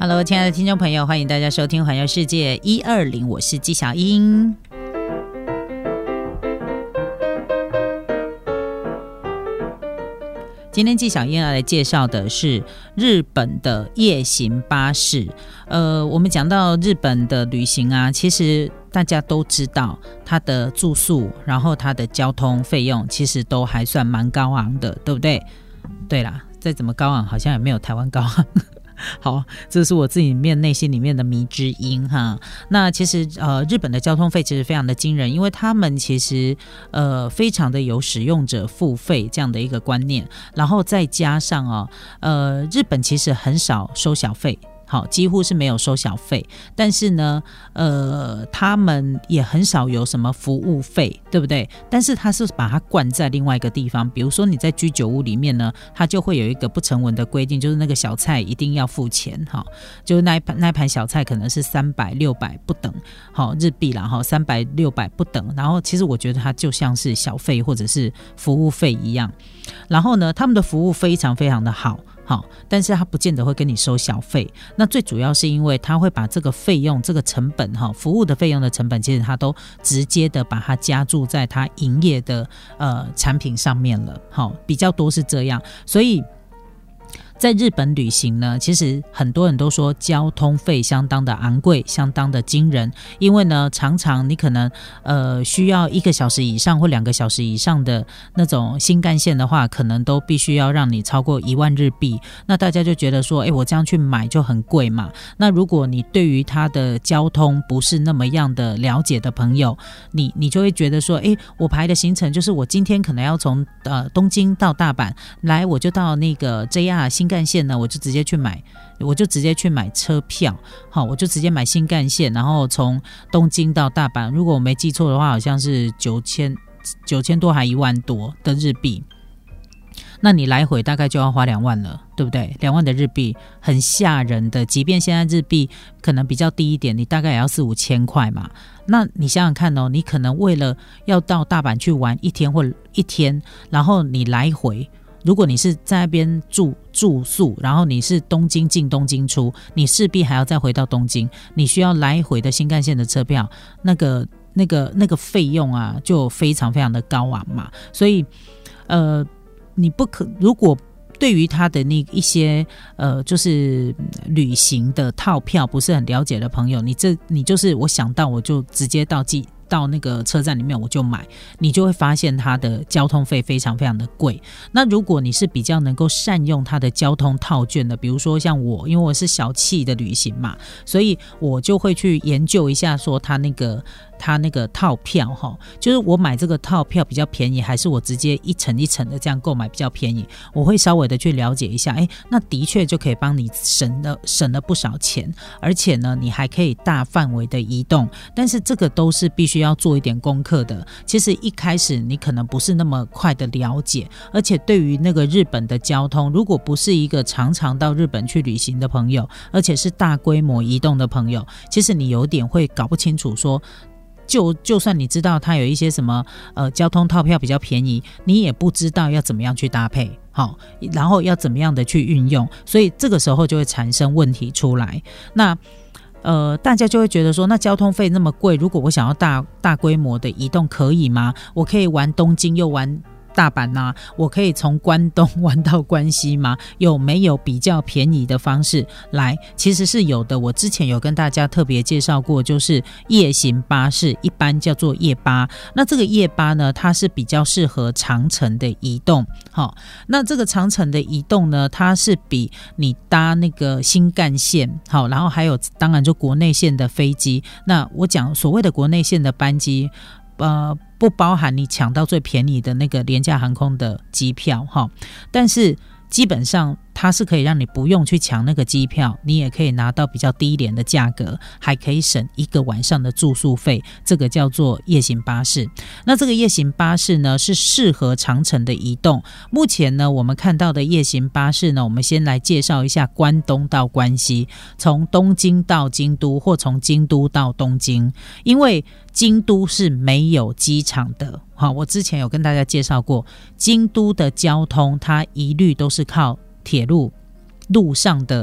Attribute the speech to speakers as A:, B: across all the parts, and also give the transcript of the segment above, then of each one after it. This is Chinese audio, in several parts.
A: Hello， 亲爱的听众朋友，欢迎大家收听环游世界120，我是纪晓英。今天纪晓英要来介绍的是日本的夜行巴士。我们讲到日本的旅行啊，其实大家都知道它的住宿，然后它的交通费用其实都还算蛮高昂的，对不对？对啦，再怎么高昂好像也没有台湾高昂。好，这是我自己内心里面的迷之音哈。那其实日本的交通费其实非常的惊人，因为他们其实非常的有使用者付费这样的一个观念，然后再加上日本其实很少收小费。好，几乎是没有收小费，但是呢，他们也很少有什么服务费，对不对？但是他是把它灌在另外一个地方，比如说你在居酒屋里面呢，它就会有一个不成文的规定，就是那个小菜一定要付钱，哈，就是那一盘小菜可能是300、600不等，好日币啦，哈，300、600不等。然后其实我觉得它就像是小费或者是服务费一样。然后呢，他们的服务非常非常的好。好，但是他不见得会跟你收小费。那最主要是因为他会把这个费用、这个成本，服务的费用的成本，其实他都直接的把它加注在他营业的产品上面了。好，比较多是这样，所以。在日本旅行呢，其实很多人都说交通费相当的昂贵，相当的惊人，因为呢，常常你可能需要1个小时以上或2个小时以上的那种新干线的话，可能都必须要让你超过1万日币。那大家就觉得说，我这样去买就很贵嘛。那如果你对于它的交通不是那么样的了解的朋友，你就会觉得说，我排的行程就是我今天可能要从东京到大阪，来我就到那个 JR 新干线呢，我就直接去买车票，好，我就直接买新干线，然后从东京到大阪，如果我没记错的话，好像是9000多还1万多的日币。那你来回大概就要花2万了，对不对？2万的日币很吓人的，即便现在日币可能比较低一点，你大概也要4、5千块嘛。那你想想看哦，你可能为了要到大阪去玩1天或1天，然后你来回。如果你是在那边住宿，然后你是东京进东京出，你势必还要再回到东京，你需要来回的新干线的车票，那个费用啊，就非常非常的高昂嘛。所以你如果对于他的那一些就是旅行的套票不是很了解的朋友，你就是我想到我就直接到那个车站里面我就买，你就会发现它的交通费非常非常的贵。那如果你是比较能够善用它的交通套券的，比如说像我，因为我是小气的旅行嘛，所以我就会去研究一下说它那个套票就是我买这个套票比较便宜，还是我直接一层一层的这样购买比较便宜，我会稍微的去了解一下，那的确就可以帮你省了不少钱，而且呢你还可以大范围的移动，但是这个都是必须要做一点功课的。其实一开始你可能不是那么快的了解，而且对于那个日本的交通，如果不是一个常常到日本去旅行的朋友，而且是大规模移动的朋友，其实你有点会搞不清楚说就算你知道它有一些什么交通套票比较便宜，你也不知道要怎么样去搭配，好，然后要怎么样的去运用，所以这个时候就会产生问题出来。那大家就会觉得说，那交通费那么贵，如果我想要大规模的移动可以吗？我可以玩东京又玩大阪啊，我可以从关东玩到关西吗？有没有比较便宜的方式来？其实是有的，我之前有跟大家特别介绍过，就是夜行巴士，一般叫做夜巴。那这个夜巴呢，它是比较适合长程的移动。好，那这个长程的移动呢，它是比你搭那个新干线，好，然后还有当然就国内线的飞机。那我讲所谓的国内线的班机，不包含你抢到最便宜的那个廉价航空的机票，但是基本上它是可以让你不用去抢那个机票，你也可以拿到比较低廉的价格，还可以省1个晚上的住宿费，这个叫做夜行巴士。那这个夜行巴士呢，是适合长程的移动。目前呢，我们看到的夜行巴士呢，我们先来介绍一下关东到关西，从东京到京都或从京都到东京，因为京都是没有机场的。好，我之前有跟大家介绍过，京都的交通它一律都是靠铁路上的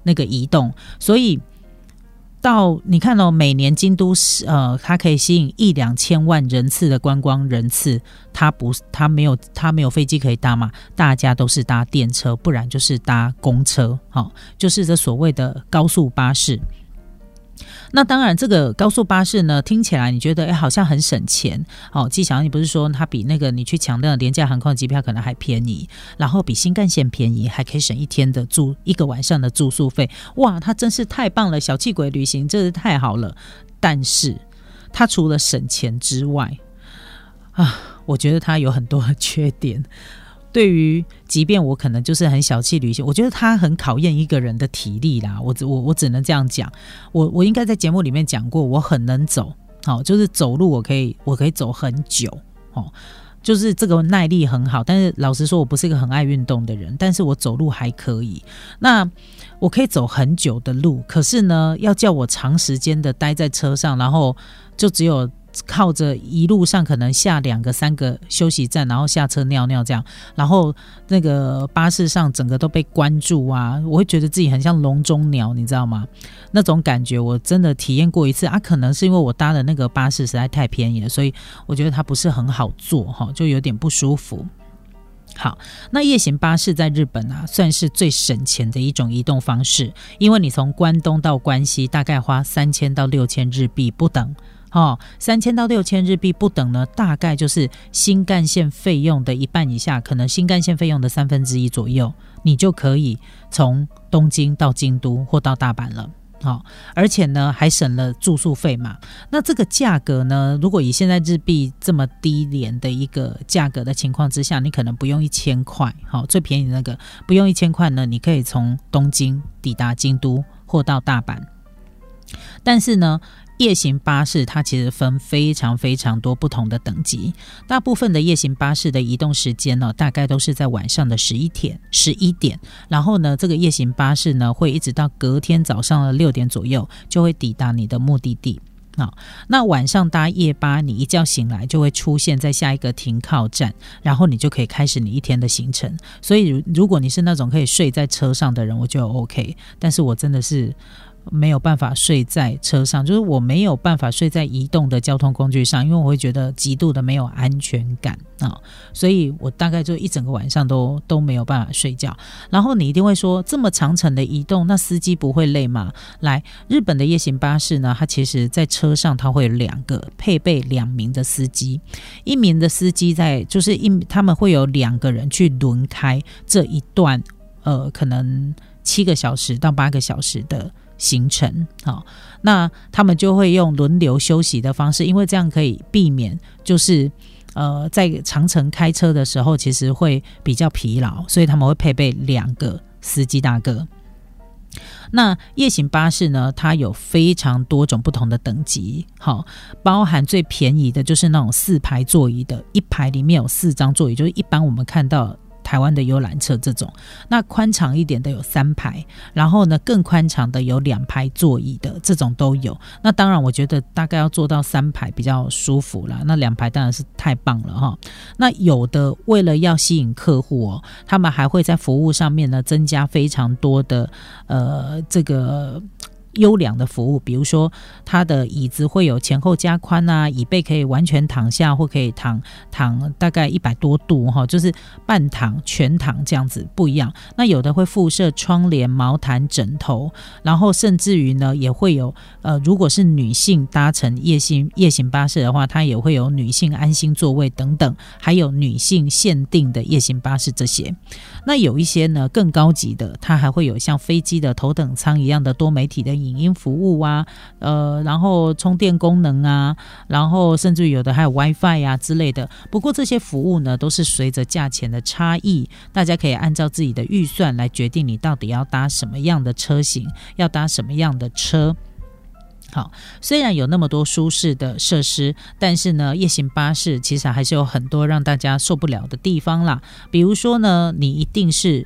A: 那个移动，所以到你看哦，每年京都它可以吸引1-2千万人次的观光人次，它没有飞机可以搭嘛，大家都是搭电车，不然就是搭公车，就是这所谓的高速巴士。那当然这个高速巴士呢，听起来你觉得好像很省钱，纪晓你不是说它比那个你去抢那个廉价航空的机票可能还便宜，然后比新干线便宜，还可以省一个晚上的住宿费，哇，它真是太棒了，小气鬼旅行真是太好了。但是它除了省钱之外我觉得它有很多的缺点，对于即便我可能就是很小气旅行，我觉得它很考验一个人的体力啦，我只能这样讲。我应该在节目里面讲过，我很能走，就是走路我可以走很久，就是这个耐力很好。但是老实说，我不是一个很爱运动的人，但是我走路还可以。那我可以走很久的路，可是呢，要叫我长时间的待在车上，然后就只有靠着一路上可能下2个3个休息站，然后下车尿尿这样，然后那个巴士上整个都被关住啊，我会觉得自己很像笼中鸟，你知道吗？那种感觉我真的体验过一次可能是因为我搭的那个巴士实在太便宜了，所以我觉得它不是很好坐，就有点不舒服。好，那夜行巴士在日本算是最省钱的一种移动方式，因为你从关东到关西大概花3000到6000日币不等，3000到6000日币不等呢，大概就是新干线费用的一半以下，可能新干线费用的1/3左右，你就可以从东京到京都或到大阪了。而且呢还省了住宿费嘛。那这个价格呢，如果以现在日币这么低廉的一个价格的情况之下，你可能不用1000块，最便宜的那个不用1000块呢，你可以从东京抵达京都或到大阪。但是呢，夜行巴士它其实分非常非常多不同的等级，大部分的夜行巴士的移动时间呢，大概都是在晚上的11点，然后呢，这个夜行巴士呢会一直到隔天早上的6点左右就会抵达你的目的地。那晚上搭夜巴，你一觉醒来就会出现在下一个停靠站，然后你就可以开始你一天的行程。所以如果你是那种可以睡在车上的人，我就 OK， 但是我真的是没有办法睡在车上，就是我没有办法睡在移动的交通工具上，因为我会觉得极度的没有安全感所以我大概就一整个晚上都没有办法睡觉。然后你一定会说，这么长程的移动，那司机不会累吗？来，日本的夜行巴士呢，它其实在车上它会有配备2名的司机，一名的司机他们会有2个人去轮开这一段可能7个小时到8个小时的行程。那他们就会用轮流休息的方式，因为这样可以避免就是在长程开车的时候其实会比较疲劳，所以他们会配备2个司机大哥。那夜行巴士呢，它有非常多种不同的等级，包含最便宜的就是那种4排座椅的，一排里面有4张座椅，就是一般我们看到台湾的游览车这种。那宽长一点的有3排，然后呢更宽长的有2排座椅的，这种都有。那当然我觉得大概要做到3排比较舒服啦，那2排当然是太棒了那有的为了要吸引客户他们还会在服务上面呢增加非常多的这个优良的服务，比如说它的椅子会有前后加宽椅背可以完全躺下，或可以躺大概100多度就是半躺全躺这样子不一样。那有的会附设窗帘、毛毯、枕头，然后甚至于呢也会有如果是女性搭乘夜行巴士的话，它也会有女性安心座位等等，还有女性限定的夜行巴士这些。那有一些呢更高级的，它还会有像飞机的头等舱一样的多媒体的影音服务然后充电功能然后甚至有的还有 WiFi 之类的。不过这些服务呢都是随着价钱的差异，大家可以按照自己的预算来决定你到底要搭什么样的车型，要搭什么样的车。好，虽然有那么多舒适的设施，但是呢夜行巴士其实还是有很多让大家受不了的地方啦。比如说呢，你一定是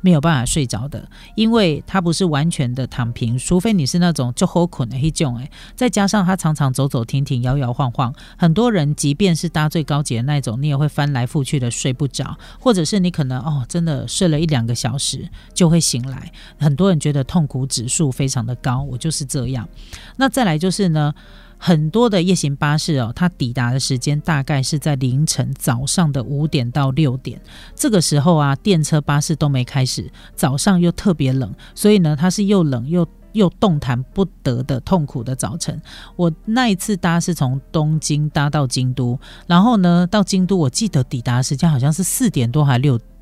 A: 没有办法睡着的，因为它不是完全的躺平，除非你是那种就好困的那种，再加上它常常走走停停摇摇晃晃，很多人即便是搭最高级的那种，你也会翻来覆去的睡不着，或者是你可能真的睡了1-2个小时就会醒来，很多人觉得痛苦指数非常的高，我就是这样。那再来就是呢，很多的夜行巴士它抵达的时间大概是在凌晨早上的5点到6点，这个时候啊，电车巴士都没开始，早上又特别冷，所以呢，它是又冷又动弹不得的痛苦的早晨。我那一次搭是从东京搭到京都，然后呢，到京都我记得抵达的时间好像是4点多还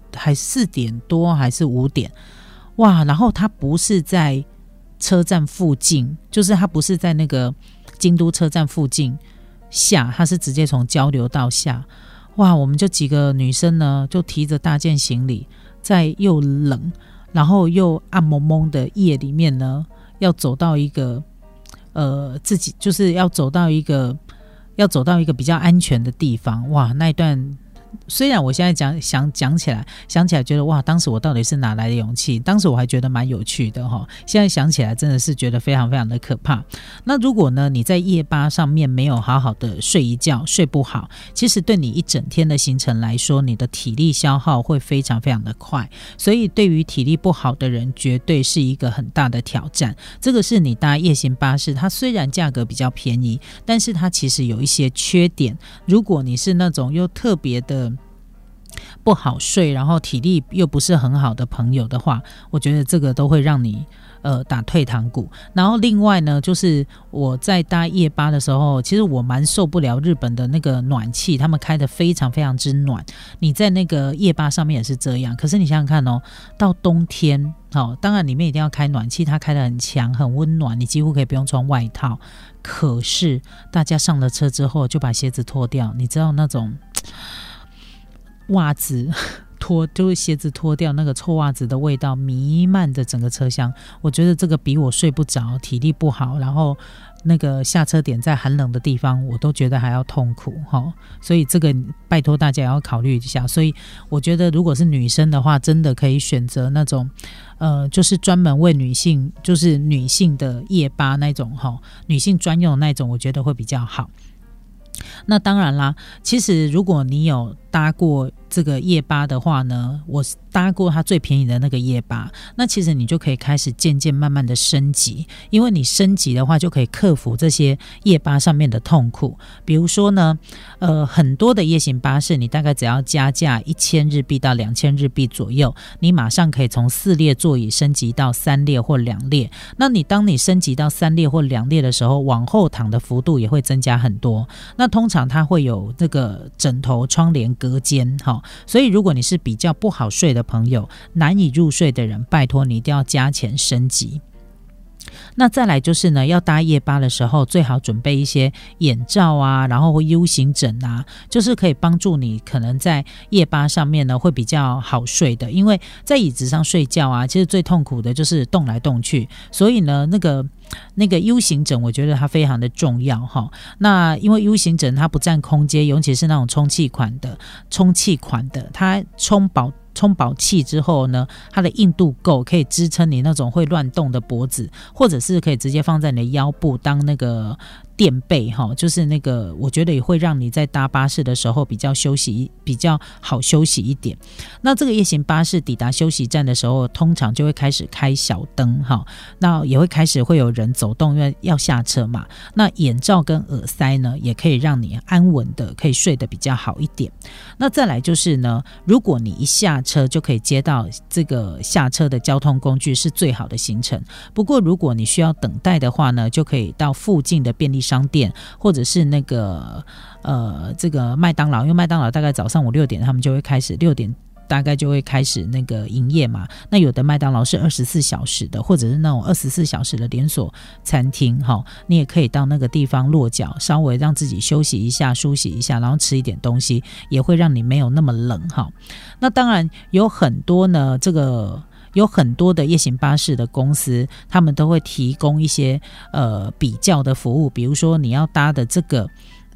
A: 4点多还是5点，哇！然后它不是在车站附近，就是它不是在那个京都车站附近下，它是直接从交流道下。哇，我们就几个女生呢，就提着大件行李，在又冷然后又暗蒙蒙的夜里面呢，要走到一个自己就是要走到一个比较安全的地方。哇，那一段虽然我现在想起来觉得哇，当时我到底是哪来的勇气，当时我还觉得蛮有趣的现在想起来真的是觉得非常非常的可怕。那如果呢你在夜巴上面没有好好的睡一觉，睡不好，其实对你一整天的行程来说，你的体力消耗会非常非常的快，所以对于体力不好的人绝对是一个很大的挑战。这个是你搭夜行巴士，它虽然价格比较便宜，但是它其实有一些缺点，如果你是那种又特别的不好睡，然后体力又不是很好的朋友的话，我觉得这个都会让你打退堂鼓。然后另外呢，就是我在搭夜巴的时候，其实我蛮受不了日本的那个暖气，他们开得非常非常之暖，你在那个夜巴上面也是这样。可是你想想看到冬天当然里面一定要开暖气，它开得很强很温暖，你几乎可以不用穿外套。可是大家上了车之后就把鞋子脱掉，你知道那种袜子就是鞋子脱掉，那个臭袜子的味道弥漫着整个车厢。我觉得这个比我睡不着，体力不好，然后那个下车点在寒冷的地方，我都觉得还要痛苦所以这个拜托大家也要考虑一下。所以我觉得如果是女生的话，真的可以选择那种就是专门为女性，就是女性的夜巴那种女性专用的那种，我觉得会比较好。那当然啦，其实如果你有搭过这个夜巴的话呢，我搭过它最便宜的那个夜巴，那其实你就可以开始渐渐慢慢的升级，因为你升级的话就可以克服这些夜巴上面的痛苦。比如说呢很多的夜行巴士你大概只要加价1000日币到2000日币左右，你马上可以从4列座椅升级到3列或2列。那当你升级到3列或2列的时候，往后躺的幅度也会增加很多。那通常它会有这个枕头窗帘隔间所以如果你是比较不好睡的朋友，难以入睡的人，拜托你一定要加钱升级。那再来就是呢，要搭夜巴的时候最好准备一些眼罩啊，然后 U 型枕啊，就是可以帮助你可能在夜巴上面呢会比较好睡的。因为在椅子上睡觉啊，其实最痛苦的就是动来动去，所以呢那个 U 型枕我觉得它非常的重要那因为 U 型枕它不占空间，尤其是那种充气款的，它充饱气之后呢，它的硬度够，可以支撑你那种会乱动的脖子，或者是可以直接放在你的腰部当那个垫背就是那个我觉得也会让你在搭巴士的时候比较好休息一点。那这个夜行巴士抵达休息站的时候，通常就会开始开小灯那也会开始会有人走动，因为要下车嘛。那眼罩跟耳塞呢，也可以让你安稳的可以睡得比较好一点。那再来就是呢，如果你一下车就可以接到这个下车的交通工具，是最好的行程。不过如果你需要等待的话呢，就可以到附近的便利商店，或者是那个这个麦当劳，因为麦当劳大概早上5-6点他们就会开始，6点大概就会开始那个营业嘛。那有的麦当劳是24小时的，或者是那种24小时的连锁餐厅你也可以到那个地方落脚，稍微让自己休息一下梳洗一下，然后吃一点东西，也会让你没有那么冷那当然有很多的夜行巴士的公司，他们都会提供一些比较的服务。比如说你要搭的这个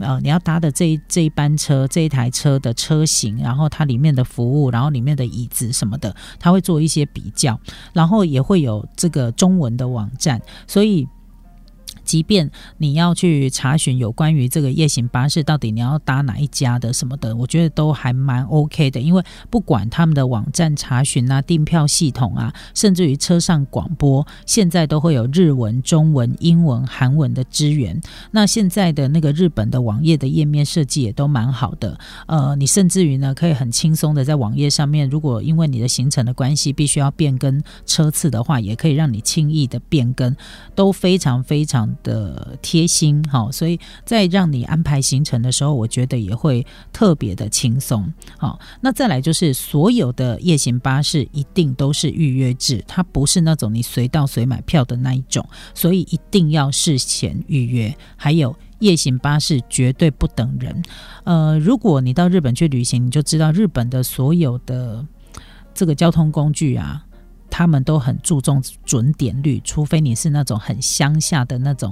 A: 你要搭的这一班车，这一台车的车型，然后它里面的服务，然后里面的椅子什么的，它会做一些比较，然后也会有这个中文的网站，所以即便你要去查询有关于这个夜行巴士到底你要搭哪一家的什么的，我觉得都还蛮 OK 的，因为不管他们的网站查询啊、订票系统啊，甚至于车上广播，现在都会有日文、中文、英文、韩文的支援。那现在的那个日本的网页的页面设计也都蛮好的，你甚至于呢可以很轻松的在网页上面，如果因为你的行程的关系必须要变更车次的话，也可以让你轻易的变更，都非常非常的贴心，所以在让你安排行程的时候，我觉得也会特别的轻松。那再来就是所有的夜行巴士一定都是预约制，它不是那种你随到随买票的那一种，所以一定要事前预约。还有夜行巴士绝对不等人，如果你到日本去旅行，你就知道日本的所有的这个交通工具啊，他们都很注重准点率，除非你是那种很乡下的那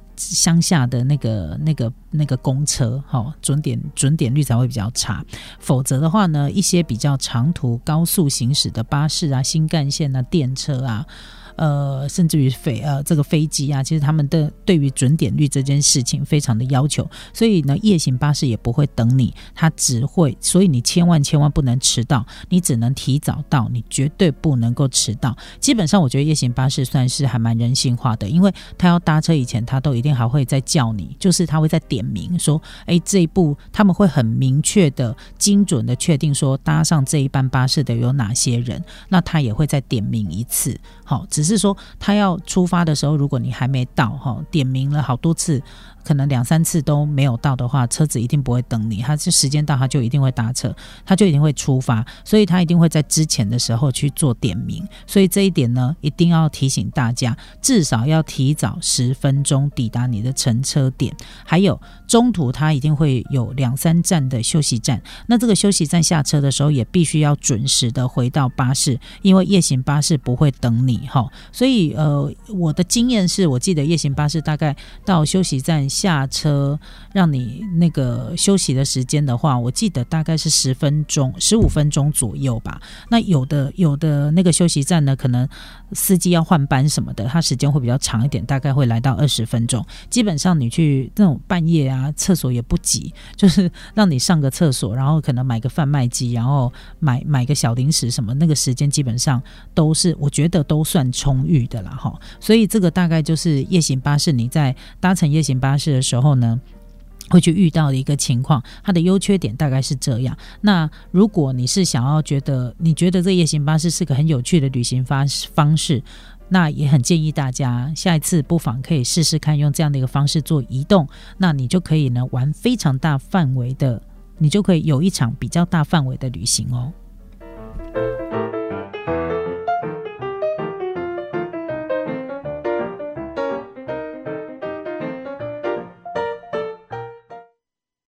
A: 个公车，准点率才会比较差，否则的话呢，一些比较长途高速行驶的巴士啊、新干线啊、电车啊，甚至于这个飞机啊，其实他们的对于准点率这件事情非常的要求，所以呢夜行巴士也不会等你，它只会，所以你千万不能迟到，你只能提早到，你绝对不能够迟到。基本上我觉得夜行巴士算是还蛮人性化的，因为他要搭车以前他都一定还会再叫你，就是他会再点名说这一步他们会很明确的精准的确定说搭上这一班巴士的有哪些人，那他也会再点名一次，只是说他要出发的时候，如果你还没到，点名了好多次，可能2-3次都没有到的话，车子一定不会等你，他就时间到他就一定会搭车，他就一定会出发，所以他一定会在之前的时候去做点名，所以这一点呢一定要提醒大家，至少要提早10分钟抵达你的乘车点，还有中途他一定会有2-3站的休息站，那这个休息站下车的时候也必须要准时的回到巴士，因为夜行巴士不会等你，所以我的经验是，我记得夜行巴士大概到休息站下车让你那个休息的时间的话，我记得大概是10分钟15分钟左右吧。那有的那个休息站呢，可能司机要换班什么的，它时间会比较长一点，大概会来到20分钟。基本上你去那种半夜啊，厕所也不急，就是让你上个厕所，然后可能买个贩卖机，然后买个小零食什么，那个时间基本上都是我觉得都算充裕的啦。所以这个大概就是夜行巴士你在搭乘夜行巴士的时候呢会去遇到的一个情况，它的优缺点大概是这样。那如果你是想要你觉得这夜行巴士是个很有趣的旅行方式，那也很建议大家下一次不妨可以试试看用这样的一个方式做移动，那你就可以呢玩非常大范围的，你就可以有一场比较大范围的旅行哦。